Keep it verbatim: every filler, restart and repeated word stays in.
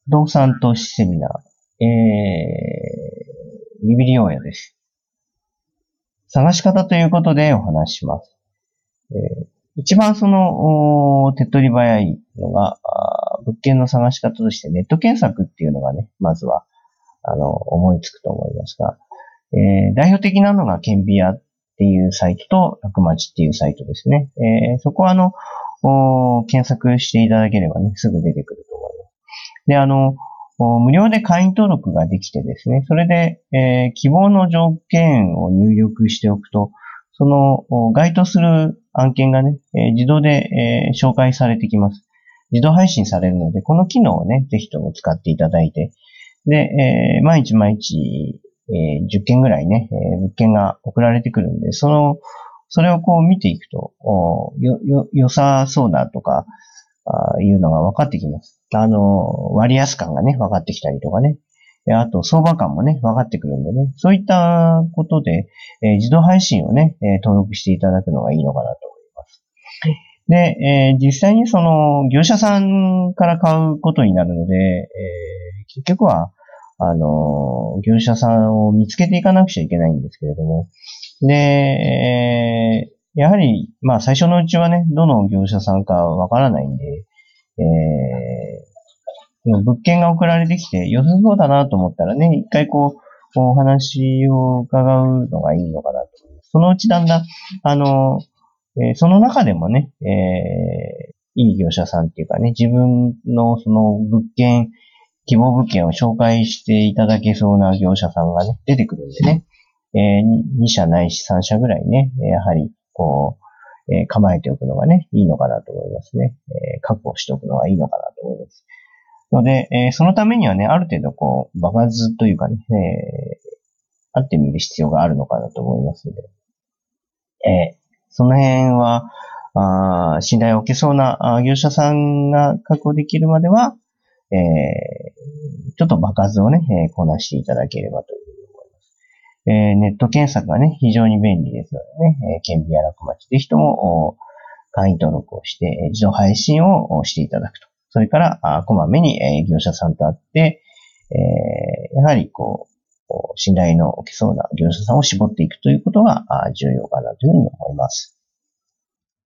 不動産投資セミナー、えー、ビビリオン屋です。探し方ということでお話しします。えー、一番その、手っ取り早いのが、物件の探し方としてネット検索っていうのがね、まずは、あの、思いつくと思いますが、えー、代表的なのがケンビアっていうサイトと楽町っていうサイトですね。えー、そこはあの、検索していただければね、すぐ出てくると思います。で、あの、無料で会員登録ができてですね、それで、えー、希望の条件を入力しておくと、その該当する案件がね、えー、自動で、えー、紹介されてきます。自動配信されるので、この機能をね、ぜひとも使っていただいて、で、えー、毎日毎日、えー、じゅっけんぐらいね、えー、物件が送られてくるんで、その、それをこう見ていくと、よ、よ、良さそうだとか、あいうのが分かってきます。あの、割安感がね、分かってきたりとかね。あと、相場感もね、分かってくるんでね。そういったことで、えー、自動配信をね、えー、登録していただくのがいいのかなと思います。で、えー、実際にその、業者さんから買うことになるので、えー、結局は、あの、業者さんを見つけていかなくちゃいけないんですけれども。で、えーやはり、まあ最初のうちはね、どの業者さんかわからないんで、えー、物件が送られてきて良さそうだなと思ったらね、一回こう、お話を伺うのがいいのかなと思います。そのうちだんだん、あの、えー、その中でもね、えー、いい業者さんっていうかね、自分のその物件、希望物件を紹介していただけそうな業者さんがね、出てくるんでね、えー、に社ないしさん社ぐらいね、やはり、こう、えー、構えておくのがね、いいのかなと思いますね。えー、確保しておくのがいいのかなと思います。ので、えー、そのためにはね、ある程度こう、場数というかね、えー、会ってみる必要があるのかなと思いますので、えー、その辺は、あ信頼を受けそうな業者さんが確保できるまでは、えー、ちょっと場数をね、えー、こなしていただければというふうに思います。えー、ネット検索がね、非常に便利ですのでね、えー、ケンビア楽町ぜひとも会員登録をして、えー、自動配信をしていただくと。それから、あこまめに、えー、業者さんと会って、えー、やはりこう、信頼の受けそうな業者さんを絞っていくということが重要かなというふうに思います。